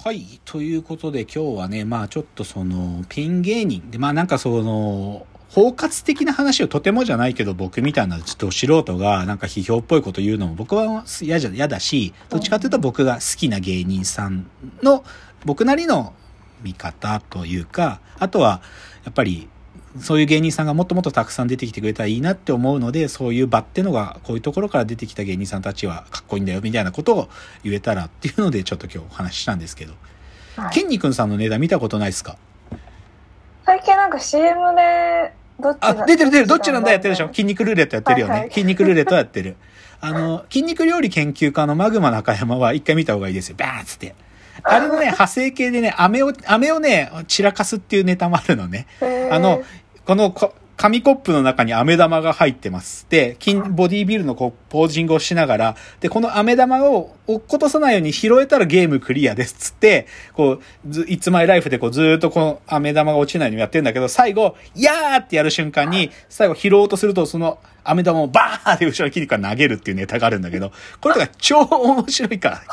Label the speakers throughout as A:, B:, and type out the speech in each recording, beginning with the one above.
A: はい。ということで今日はね、ちょっとピン芸人で、包括的な話をとてもじゃないけど僕みたいなちょっと素人がなんか批評っぽいこと言うのも僕は嫌だし、どっちかというと僕が好きな芸人さんの僕なりの見方というか、あとはやっぱりそういう芸人さんがもっともっとたくさん出てきてくれたらいいなって思うので、そういう場ってのがこういうところから出てきた芸人さんたちはかっこいいんだよみたいなことを言えたらっていうのでちょっと今日お話ししたんですけど、きんに君さんのネタ見たことないですか？
B: 最近なんか CM で
A: 出てるどっちなんだやってるでしょ。筋肉ルーレットやってるよね、はいはい、筋肉ルーレットやってる筋肉料理研究家のマグマ中山は一回見た方がいいですよ。バーッつってあれのね派生系でね飴をね散らかすっていうネタもあるのね。この紙コップの中に飴玉が入ってます。で、ボディービルのポージングをしながら、で、この飴玉を落っことさないように拾えたらゲームクリアですっつって、It's My Life でずーっとこの飴玉が落ちないようにやってるんだけど、最後、やーってやる瞬間に、最後拾おうとすると、その飴玉をバーって後ろに切りから投げるっていうネタがあるんだけど、これとか超面白いから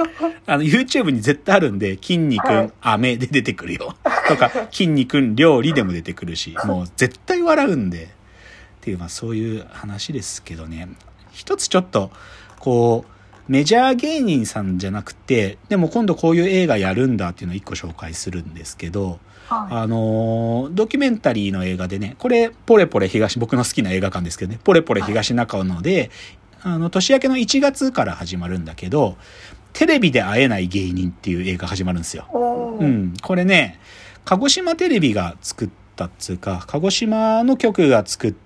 A: 。YouTube に絶対あるんで、筋肉飴で出てくるよ。とか、筋肉料理でも出てくるし、もう絶対笑うんで。っていう、そういう話ですけどね。一つちょっと、メジャー芸人さんじゃなくて、でも今度こういう映画やるんだっていうのを一個紹介するんですけど、ドキュメンタリーの映画でね、これ、ポレポレ東、僕の好きな映画館ですけどね、ポレポレ東中野で、年明けの1月から始まるんだけど、テレビで会えない芸人っていう映画始まるんですよ。これね、鹿児島テレビが作ったっつうか、鹿児島の局が作って、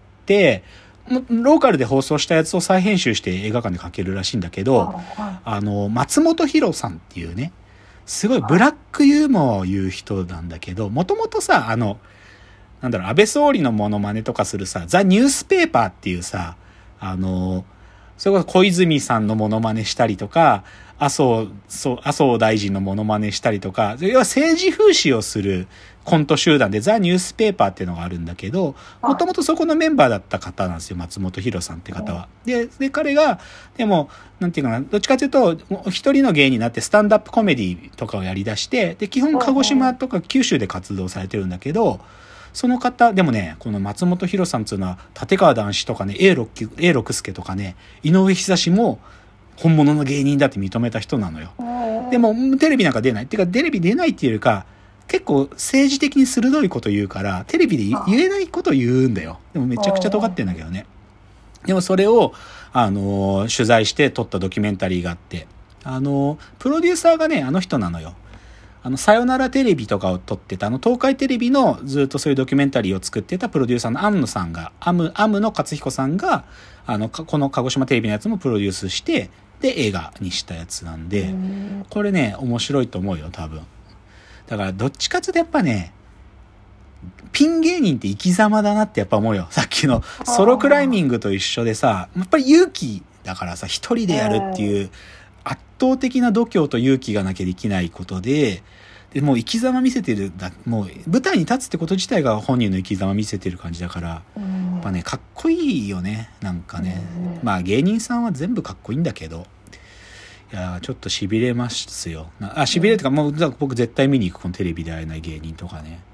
A: ローカルで放送したやつを再編集して映画館でかけるらしいんだけど、松本博さんっていうね、すごいブラックユーモアを言う人なんだけど、もともとさ、安倍総理のモノマネとかするさ、ザ・ニュースペーパーっていうさ、それこそ小泉さんのモノマネしたりとか、麻生大臣のモノマネしたりとか、要は政治風刺をするコント集団でザ・ニュースペーパーっていうのがあるんだけど、もともとそこのメンバーだった方なんですよ、松本博さんって方は。で、彼が、でも、なんていうかな、どっちかというと、一人の芸人になってスタンダップコメディとかをやり出して、で、基本鹿児島とか九州で活動されてるんだけど、その方、でもね、この松本博さんっていうのは、立川談志とかね、永六輔とかね、井上久志も本物の芸人だって認めた人なのよ。でも、テレビなんか出ない。っていうか、テレビ出ないっていうよりか、結構政治的に鋭いこと言うから、テレビで言えないこと言うんだよ。でもめちゃくちゃ尖ってんだけどね。でもそれを、取材して撮ったドキュメンタリーがあって、プロデューサーがね、あの人なのよ。さよならテレビとかを撮ってた、東海テレビのずっとそういうドキュメンタリーを作ってたプロデューサーのアムノさんが、アムの勝彦さんが、この鹿児島テレビのやつもプロデュースして、で、映画にしたやつなんで、これね、面白いと思うよ、多分。だから、どっちかっていうとやっぱね、ピン芸人って生き様だなってやっぱ思うよ。さっきのソロクライミングと一緒でさ、やっぱり勇気だからさ、一人でやるっていう、圧倒的な度胸と勇気がなきゃできないことで、もう生き様見せてるもう舞台に立つってこと自体が本人の生き様見せてる感じだから、やっぱね、かっこいいよね。なんかね、芸人さんは全部かっこいいんだけど、いやちょっと痺れますよ。痺れるとか、もう僕絶対見に行く、このテレビで会えない芸人とかね。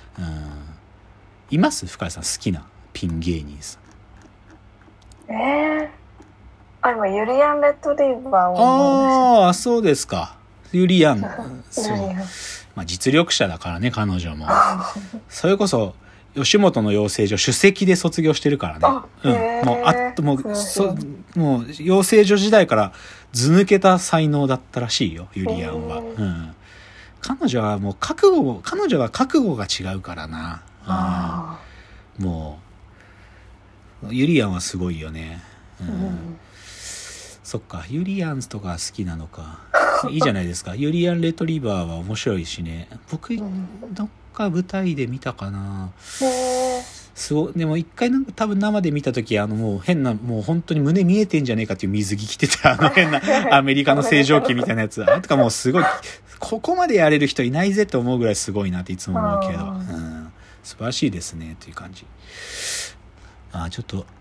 A: います深谷さん好きなピン芸人さん。
B: 今ユリアン・レッドリーバーを思いました。
A: そうですか。ユリアンそう、実力者だからね、彼女も。それこそ吉本の養成所首席で卒業してるからね。もう養成所時代から図抜けた才能だったらしいよ、ユリアンは。彼女はもう覚悟が違うからな。もうユリアンはすごいよね。そっか、ユリアンとか好きなのか。いいじゃないですか。ユリアン・レトリバーは面白いしね。僕、どっか舞台で見たかな。でも一回多分生で見たとき、もう変な、もう本当に胸見えてんじゃねえかっていう水着着てた、変なアメリカの正常期みたいなやつ。とかもうすごい、ここまでやれる人いないぜと思うぐらいすごいなっていつも思うけど、素晴らしいですねっていう感じ。ちょっと、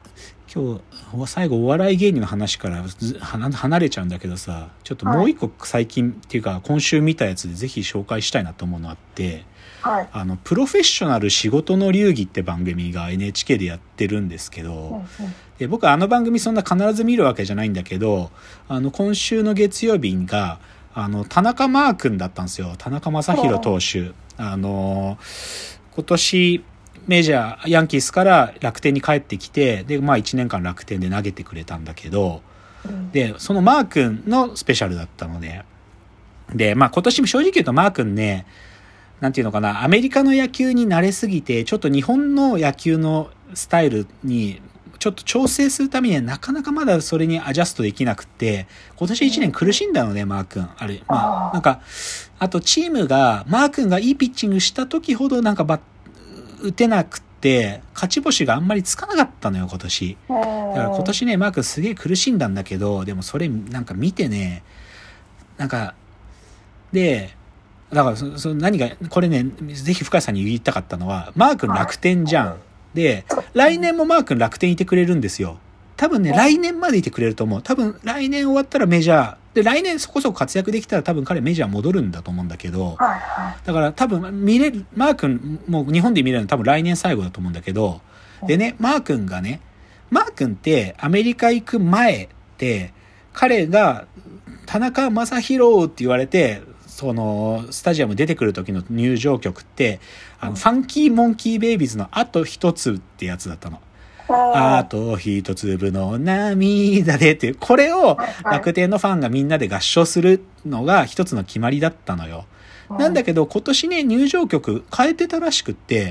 A: 今日最後お笑い芸人の話から離れちゃうんだけどさ、ちょっともう一個最近っていうか今週見たやつでぜひ紹介したいなと思うのあって、
B: はい、
A: プロフェッショナル仕事の流儀って番組が NHK でやってるんですけど、で僕は番組そんな必ず見るわけじゃないんだけど、今週の月曜日が田中マー君だったんですよ。田中将大投手。今年メジャーヤンキースから楽天に帰ってきて、で1年間楽天で投げてくれたんだけど、でそのマー君のスペシャルだったので、今年正直言うとマー君ね、なんていうのかな、アメリカの野球に慣れすぎてちょっと日本の野球のスタイルにちょっと調整するためにはなかなかまだそれにアジャストできなくて、今年1年苦しんだのね、マー君。なんかあとチームがマー君がいいピッチングした時ほどなんか打てなくて勝ち星があんまりつかなかったのよ今年。だから今年ねマー君すげえ苦しんだんだけど、でもそれなんか見てね、なんかでだから何がこれね、ぜひ深谷さんに言いたかったのは、マー君楽天じゃん。で来年もマー君楽天いてくれるんですよ。多分ね来年までいてくれると思う。多分来年終わったらメジャーで、来年そこそこ活躍できたら多分彼メジャー戻るんだと思うんだけど、だから多分マー君もう日本で見れるの多分来年最後だと思うんだけど、でねマー君ってアメリカ行く前って彼が田中将大って言われてそのスタジアム出てくる時の入場曲ってファンキーモンキーベイビーズのあと一つってやつだったの。あと一粒の涙でっていう、これを楽天のファンがみんなで合唱するのが一つの決まりだったのよ。なんだけど今年ね入場曲変えてたらしくって、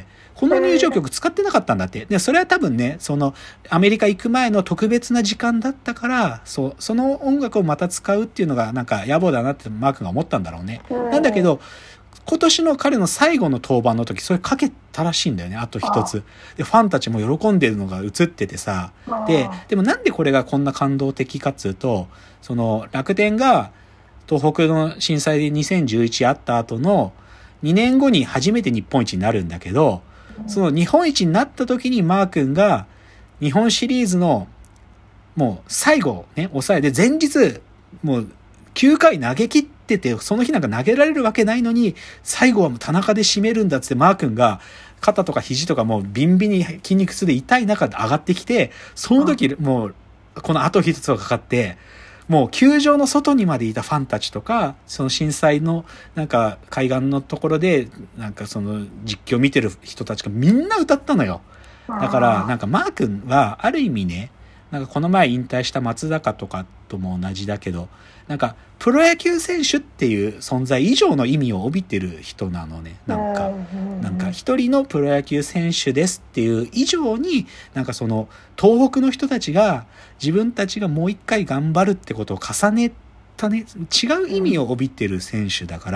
A: この入場曲使ってなかったんだって。でそれは多分ねそのアメリカ行く前の特別な時間だったから、その音楽をまた使うっていうのがなんか野暮だなってマー君が思ったんだろうね。なんだけど今年の彼の最後の登板の時それかけたらしいんだよね、あと一つで。ファンたちも喜んでるのが映っててさ、でもなんでこれがこんな感動的かっつうと、その楽天が東北の震災で2011あった後の2年後に初めて日本一になるんだけど、その日本一になった時にマー君が日本シリーズのもう最後ね抑えで前日もう9回投げ切ってて、その日なんか投げられるわけないのに最後はもう田中で締めるんだっつって、マー君が肩とか肘とかもうビンビンに筋肉痛で痛い中で上がってきて、その時もうこの後一つがかかってもう球場の外にまでいたファンたちとか、その震災のなんか海岸のところでなんかその実況見てる人たちがみんな歌ったのよ。だからなんかマー君はある意味ね、なんかこの前引退した松坂とかとも同じだけど、なんかプロ野球選手っていう存在以上の意味を帯びてる人なのね。なんか一人のプロ野球選手ですっていう以上に、なんかその東北の人たちが自分たちがもう一回頑張るってことを重ねたね、違う意味を帯びてる選手だから、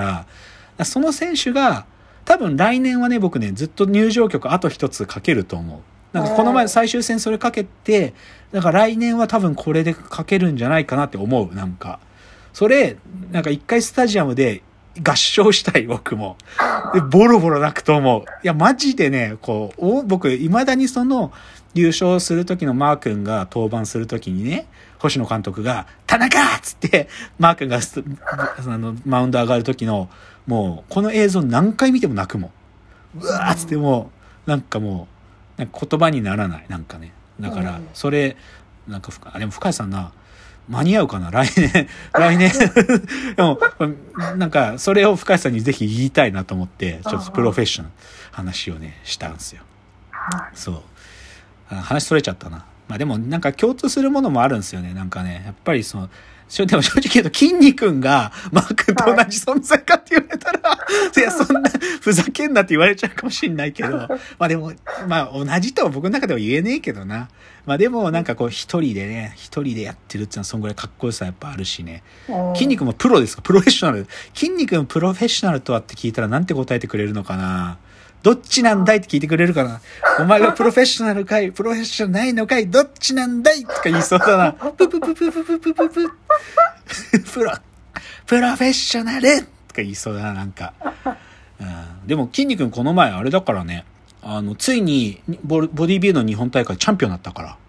A: その選手が多分来年はね、僕ねずっと入場曲あと一つかけると思う。なんかこの前最終戦それかけて、だから来年は多分これでかけるんじゃないかなって思う。なんかそれなんか一回スタジアムで合唱したい、僕も。でボロボロ泣くと思う。いやマジでね、こう僕未だにその優勝する時のマー君が登板する時にね、星野監督が田中っつってマー君がマウンド上がる時のもうこの映像何回見ても泣くもん。うわーっつってもうなんかもうなんか言葉にならない、なんかね。だからそれなんかでも深谷さんな間に合うかな来年でもなんかそれを深谷さんにぜひ言いたいなと思って、ちょっとプロフェッショナル話をねしたんですよ。そう話それちゃったな。まあでもなんか共通するものもあるんですよね。なんかねやっぱりでも正直言うと筋肉がマー君と同じ存在かって言われたら、いやそんなふざけんなって言われちゃうかもしんないけど、まあでもまあ同じとは僕の中では言えねえけどな。まあでもなんかこう一人でやってるっていうのはそんぐらいかっこよさやっぱあるしね。筋肉もプロですか、プロフェッショナル。筋肉もプロフェッショナルとはって聞いたらなんて答えてくれるのかな。どっちなんだいって聞いてくれるかな。お前はプロフェッショナルかいプロフェッショナルないのかい、どっちなんだいとか言いそうだな。ププププププププププロフェッショナルとか言いそうだな、なんか。でも筋肉この前あれだからね、ついにボディビルの日本大会チャンピオンだったから。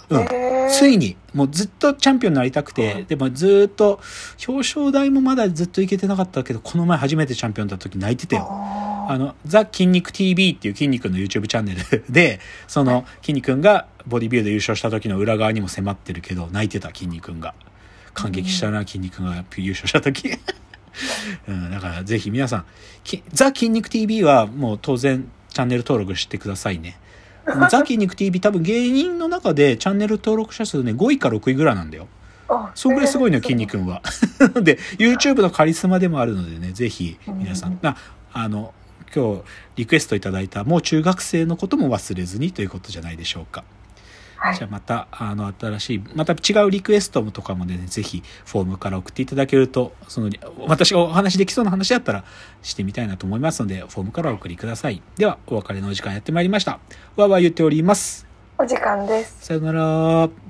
A: ついに、もうずっとチャンピオンになりたくて、でもずっと、表彰台もまだずっといけてなかったけど、この前初めてチャンピオンだった時泣いてたよ。ザ・筋肉 TV っていう筋肉の YouTube チャンネルで、その筋肉がボディビルで優勝した時の裏側にも迫ってるけど、泣いてた筋肉が。感激したな、筋肉が優勝した時。だからぜひ皆さん、ザ・筋肉 TV はもう当然チャンネル登録してくださいね。ザ・筋肉 TV 多分芸人の中でチャンネル登録者数ね、5位か6位ぐらいなんだよ。そんぐらいすごいのよ、筋肉は。で、YouTube のカリスマでもあるのでね、ぜひ皆さん、今日リクエストいただいたもう中学生のことも忘れずにということじゃないでしょうか。はい、じゃあまた新しいまた違うリクエストとかもね、ぜひフォームから送っていただけると、その私がお話できそうな話だったらしてみたいなと思いますので、フォームからお送りください。ではお別れのお時間やってまいりました。わーわー言っております。
B: お時間です。
A: さよなら。